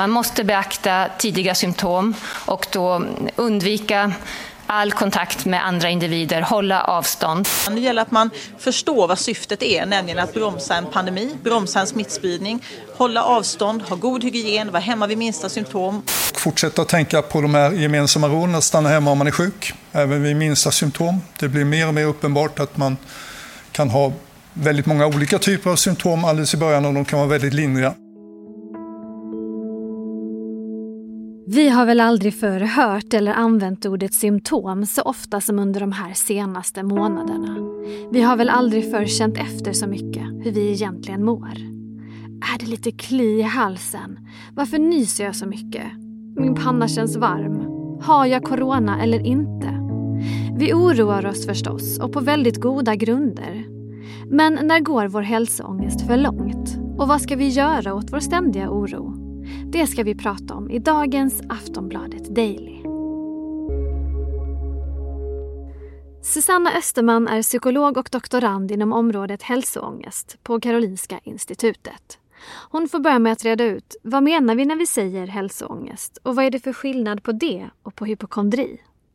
Man måste beakta tidiga symptom och då undvika all kontakt med andra individer, hålla avstånd. Det gäller att man förstår vad syftet är, nämligen att bromsa en pandemi, bromsa en smittspridning, hålla avstånd, ha god hygien, vara hemma vid minsta symptom. Fortsätta tänka på de här gemensamma råden att stanna hemma om man är sjuk, även vid minsta symptom. Det blir mer och mer uppenbart att man kan ha väldigt många olika typer av symptom alldeles i början och de kan vara väldigt lindriga. Vi har väl aldrig förr hört eller använt ordet symptom så ofta som under de här senaste månaderna. Vi har väl aldrig förr känt efter så mycket hur vi egentligen mår. Är det lite kli i halsen? Varför nyser jag så mycket? Min panna känns varm. Har jag corona eller inte? Vi oroar oss förstås och på väldigt goda grunder. Men när går vår hälsoångest för långt? Och vad ska vi göra åt vår ständiga oro? Det ska vi prata om i dagens Aftonbladet Daily. Susanna Österman är psykolog och doktorand inom området hälsoångest på Karolinska institutet. Hon får börja med att reda ut, vad menar vi när vi säger hälsoångest? Och vad är det för skillnad på det och på hypokondri?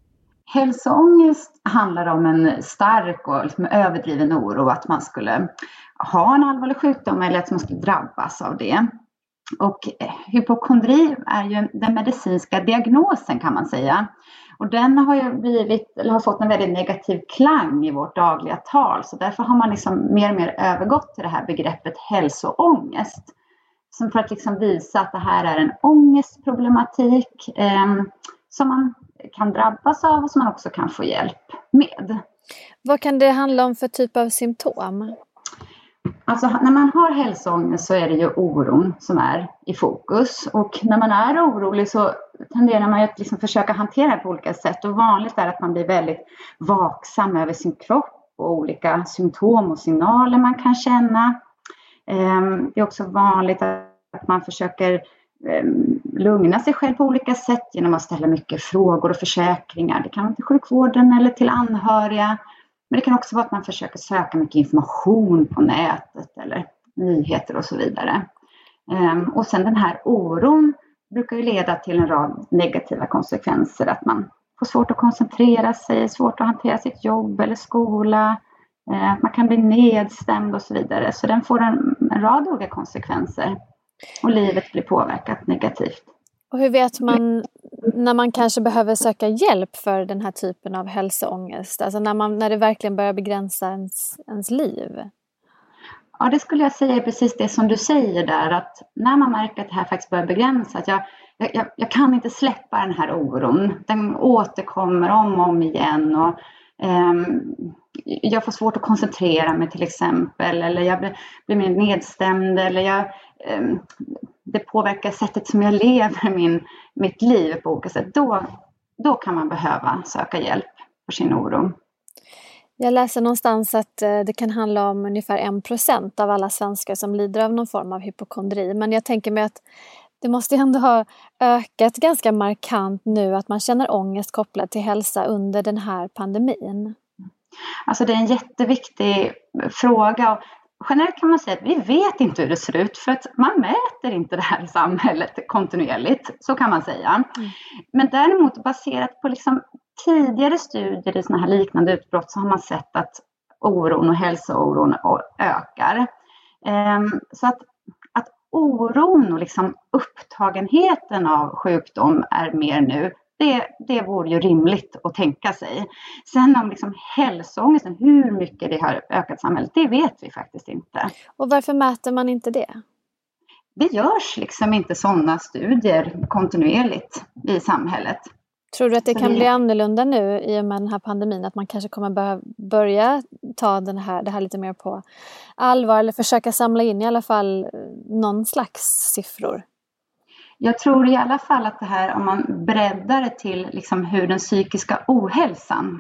Hälsoångest handlar om en stark och liksom överdriven oro att man skulle ha en allvarlig sjukdom eller att man skulle drabbas av det. Och hypokondri är ju den medicinska diagnosen kan man säga. Och den har ju har fått en väldigt negativ klang i vårt dagliga tal. Så därför har man liksom mer och mer övergått till det här begreppet hälsoångest. Som för att liksom visa att det här är en ångestproblematik som man kan drabbas av och som man också kan få hjälp med. Vad kan det handla om för typ av symptom? Alltså när man har hälsoångest så är det ju oron som är i fokus. Och när man är orolig så tenderar man att liksom försöka hantera det på olika sätt. Och vanligt är att man blir väldigt vaksam över sin kropp och olika symptom och signaler man kan känna. Det är också vanligt att man försöker lugna sig själv på olika sätt genom att ställa mycket frågor och försäkringar. Det kan vara till sjukvården eller till anhöriga. Men det kan också vara att man försöker söka mycket information på nätet eller nyheter och så vidare. Och sen den här oron brukar ju leda till en rad negativa konsekvenser. Att man får svårt att koncentrera sig, svårt att hantera sitt jobb eller skola. Att man kan bli nedstämd och så vidare. Så den får en rad olika konsekvenser. Och livet blir påverkat negativt. Och hur vet man när man kanske behöver söka hjälp för den här typen av hälsoångest? Alltså när det verkligen börjar begränsa ens liv? Ja, det skulle jag säga är precis det som du säger där. Att när man märker att det här faktiskt börjar begränsa. Att jag kan inte släppa den här oron. Den återkommer om igen. Och jag får svårt att koncentrera mig till exempel. Eller jag blir mer nedstämd. Eller det påverkar sättet som jag lever mitt liv på olika sätt. Då kan man behöva söka hjälp för sin oro. Jag läser någonstans att det kan handla om ungefär 1% av alla svenskar som lider av någon form av hypokondri. Men jag tänker mig att det måste ändå ha ökat ganska markant nu att man känner ångest kopplad till hälsa under den här pandemin. Alltså det är en jätteviktig fråga. Generellt kan man säga att vi vet inte hur det ser ut för att man mäter inte det här i samhället kontinuerligt, så kan man säga. Mm. Men däremot baserat på liksom tidigare studier i såna här liknande utbrott så har man sett att oron och hälsooron ökar. Så att oron och liksom upptagenheten av sjukdom är mer nu. Det vore ju rimligt att tänka sig. Sen om liksom hälsoångesten, hur mycket det har ökat samhället, det vet vi faktiskt inte. Och varför mäter man inte det? Det görs liksom inte sådana studier kontinuerligt i samhället. Tror du att det kan bli annorlunda nu i och med den här pandemin? Att man kanske kommer börja ta det här lite mer på allvar eller försöka samla in i alla fall någon slags siffror? Jag tror i alla fall att det här, om man breddar det till liksom hur den psykiska ohälsan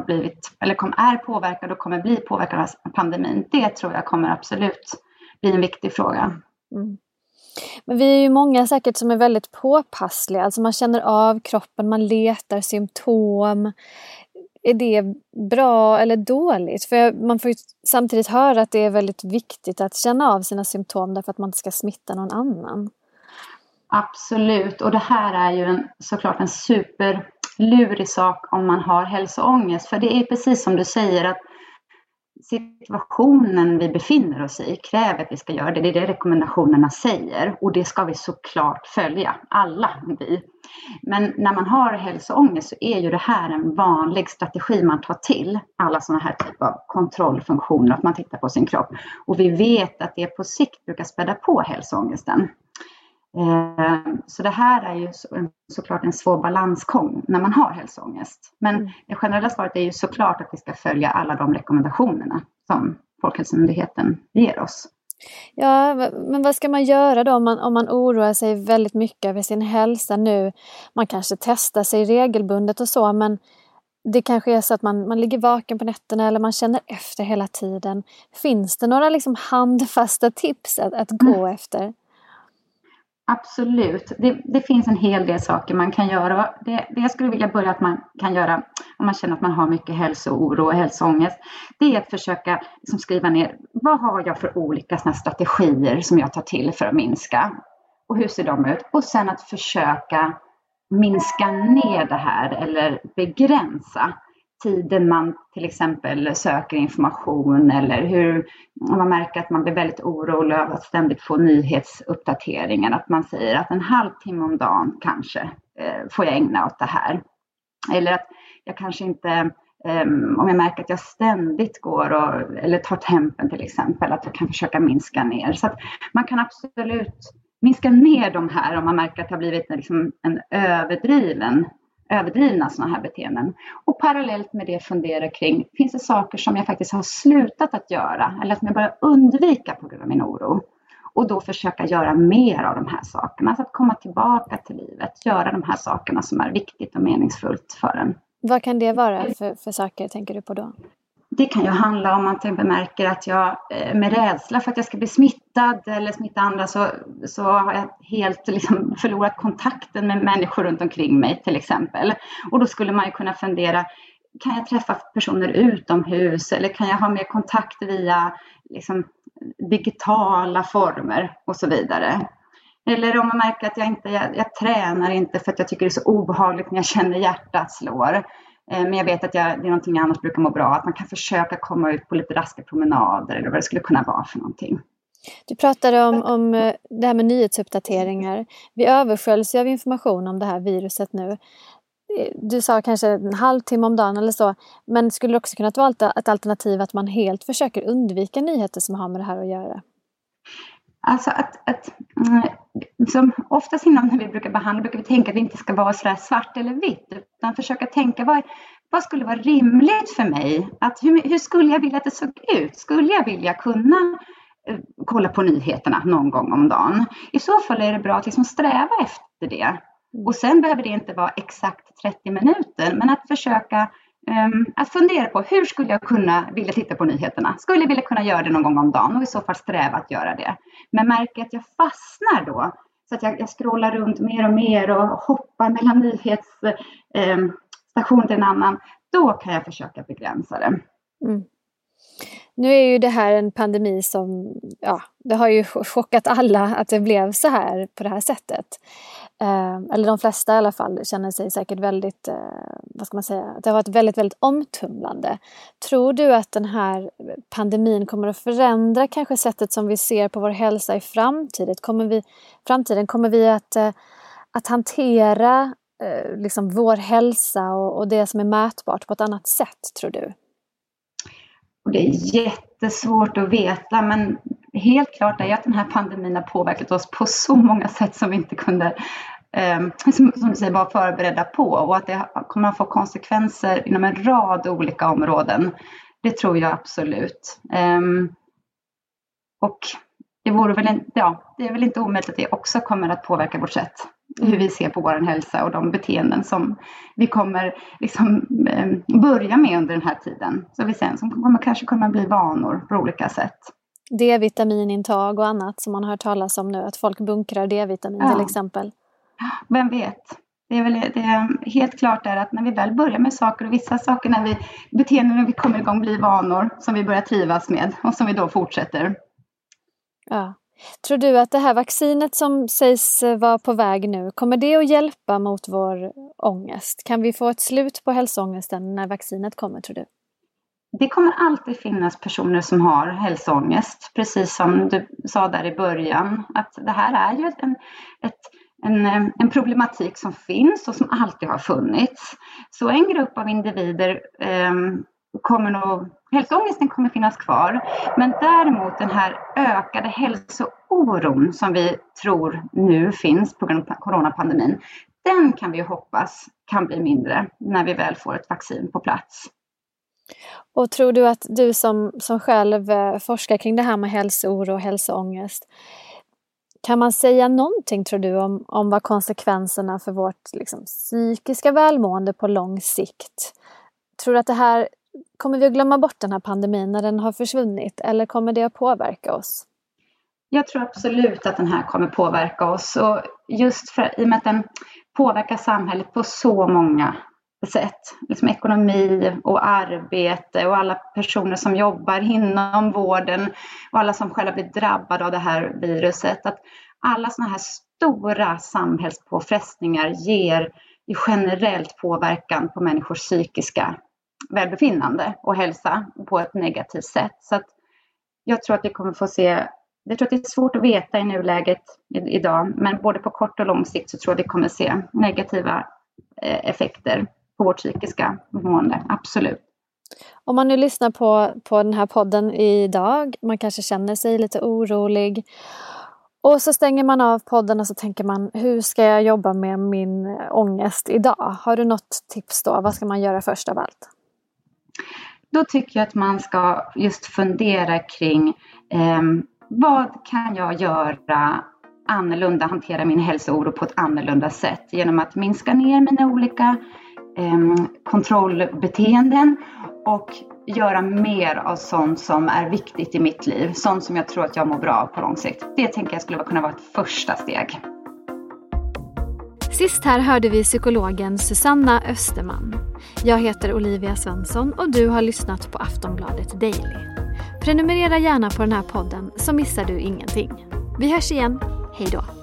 är påverkad och kommer bli påverkad av pandemin. Det tror jag kommer absolut bli en viktig fråga. Mm. Men vi är ju många säkert som är väldigt påpassliga. Alltså man känner av kroppen, man letar symptom. Är det bra eller dåligt? För man får ju samtidigt höra att det är väldigt viktigt att känna av sina symptom därför att man inte ska smitta någon annan. Absolut, och det här är ju såklart en superlurig sak om man har hälsoångest. För det är precis som du säger att situationen vi befinner oss i kräver att vi ska göra det. Det är det rekommendationerna säger och det ska vi såklart följa, alla vi. Men när man har hälsoångest så är ju det här en vanlig strategi man tar till. Alla sådana här typer av kontrollfunktioner, att man tittar på sin kropp. Och vi vet att det på sikt brukar späda på hälsoångesten. Så det här är ju såklart en svår balansgång när man har hälsoångest. Men det generella svaret är ju såklart att vi ska följa alla de rekommendationerna som Folkhälsomyndigheten ger oss. Ja, men vad ska man göra då om man oroar sig väldigt mycket över sin hälsa nu? Man kanske testar sig regelbundet och så, men det kanske är så att man ligger vaken på nätterna eller man känner efter hela tiden. Finns det några liksom handfasta tips att gå efter? Absolut. Det finns en hel del saker man kan göra. Det jag skulle vilja börja att man kan göra om man känner att man har mycket hälsooro och hälsoångest, det är att försöka liksom skriva ner vad har jag för olika såna strategier som jag tar till för att minska och hur ser de ut? Och sen att försöka minska ner det här eller begränsa tiden man till exempel söker information eller hur om man märker att man blir väldigt orolig över att ständigt få nyhetsuppdateringar. Att man säger att en halvtimme om dagen kanske får jag ägna åt det här. Eller att jag kanske inte, om jag märker att jag ständigt går eller tar tempen till exempel, att jag kan försöka minska ner. Så att man kan absolut minska ner de här om man märker att det har blivit liksom en överdrivna sådana här beteenden. Och parallellt med det fundera kring, finns det saker som jag faktiskt har slutat att göra eller som jag börjar undvika på grund av min oro? Och då försöka göra mer av de här sakerna, så att komma tillbaka till livet, göra de här sakerna som är viktigt och meningsfullt för en. Vad kan det vara för saker tänker du på då? Det kan ju handla om att jag märker att jag med rädsla för att jag ska bli smittad eller smitta andra så har jag helt liksom förlorat kontakten med människor runt omkring mig till exempel. Och då skulle man ju kunna fundera, kan jag träffa personer utomhus eller kan jag ha mer kontakt via liksom, digitala former och så vidare. Eller om man märker att jag tränar inte för att jag tycker det är så obehagligt när jag känner hjärtat slår. Men jag vet att det är någonting annat brukar må bra. Att man kan försöka komma ut på lite raska promenader eller vad det skulle kunna vara för någonting. Du pratade om det här med nyhetsuppdateringar. Vi översköljs av information om det här viruset nu. Du sa kanske en halvtimme om dagen eller så. Men skulle det också kunna vara ett alternativ att man helt försöker undvika nyheter som har med det här att göra? Alltså som oftast innan när vi brukar behandla brukar vi tänka att det inte ska vara så där svart eller vitt. Utan försöka tänka vad skulle vara rimligt för mig? Hur skulle jag vilja att det såg ut? Skulle jag vilja kunna kolla på nyheterna någon gång om dagen? I så fall är det bra att liksom sträva efter det. Och sen behöver det inte vara exakt 30 minuter. Men att försöka att fundera på hur skulle jag vilja titta på nyheterna. Skulle jag vilja kunna göra det någon gång om dagen och i så fall sträva att göra det. Men märker att jag fastnar då. Så att jag scrollar runt mer och mer och hoppar mellan nyhetsstation till en annan. Då kan jag försöka begränsa det. Mm. Nu är ju det här en pandemi som, det har ju chockat alla att det blev så här på det här sättet. Eller de flesta i alla fall känner sig säkert väldigt, att det har varit väldigt, väldigt omtumlande. Tror du att den här pandemin kommer att förändra kanske sättet som vi ser på vår hälsa i framtiden? Kommer vi att hantera liksom vår hälsa och det som är mätbart på ett annat sätt, tror du? Och det är jättesvårt att veta, men helt klart är att den här pandemin har påverkat oss på så många sätt som vi inte kunde som du säger, vara förberedda på. Och att det kommer att få konsekvenser inom en rad olika områden. Det tror jag absolut. Och det är väl inte omöjligt att det också kommer att påverka vårt sätt. Hur vi ser på vår hälsa och de beteenden som vi kommer liksom, börja med under den här tiden. Så vi sen som kommer kanske kunna bli vanor på olika sätt. D-vitaminintag och annat som man har hört talas om nu. Att folk bunkrar D-vitamin till exempel. Vem vet? Det är helt klart är att när vi väl börjar med saker och vissa saker när vi kommer igång blir vanor som vi börjar trivas med och som vi då fortsätter. Ja. Tror du att det här vaccinet som sägs vara på väg nu, kommer det att hjälpa mot vår ångest? Kan vi få ett slut på hälsoångesten när vaccinet kommer, tror du? Det kommer alltid finnas personer som har hälsoångest, precis som du sa där i början. Att det här är ju en problematik som finns och som alltid har funnits. Så en grupp av individer hälsoångesten kommer finnas kvar. Men däremot den här ökade hälsooron som vi tror nu finns på grund av coronapandemin, den kan vi hoppas kan bli mindre när vi väl får ett vaccin på plats. Och tror du att du som själv forskar kring det här med hälsooro och hälsoångest, kan man säga någonting, tror du, om vad konsekvenserna för vårt psykiska välmående på lång sikt? Tror du att det här, kommer vi att glömma bort den här pandemin när den har försvunnit, eller kommer det att påverka oss? Jag tror absolut att den här kommer påverka oss, och just i och med att den påverkar samhället på så många sätt, ekonomi och arbete och alla personer som jobbar inom vården och alla som själva blir drabbade av det här viruset, att alla såna här stora samhällspåfrestningar ger i generellt påverkan på människors psykiska välbefinnande och hälsa på ett negativt sätt. Så att jag tror att vi kommer få se, jag tror att det är svårt att veta i nuläget idag, men både på kort och lång sikt så tror jag vi kommer se negativa effekter på vårt psykiska mående, absolut. Om man nu lyssnar på den här podden idag, man kanske känner sig lite orolig, och så stänger man av podden och så tänker man, hur ska jag jobba med min ångest idag? Har du något tips då? Vad ska man göra först av allt? Då tycker jag att man ska just fundera kring vad kan jag göra annorlunda, hantera min hälsooro på ett annorlunda sätt genom att minska ner mina olika kontrollbeteenden och göra mer av sånt som är viktigt i mitt liv, sånt som jag tror att jag mår bra av på lång sikt. Det tänker jag skulle kunna vara ett första steg. Sist här hörde vi psykologen Susanna Österman. Jag heter Olivia Svensson och du har lyssnat på Aftonbladet Daily. Prenumerera gärna på den här podden så missar du ingenting. Vi hörs igen. Hej då!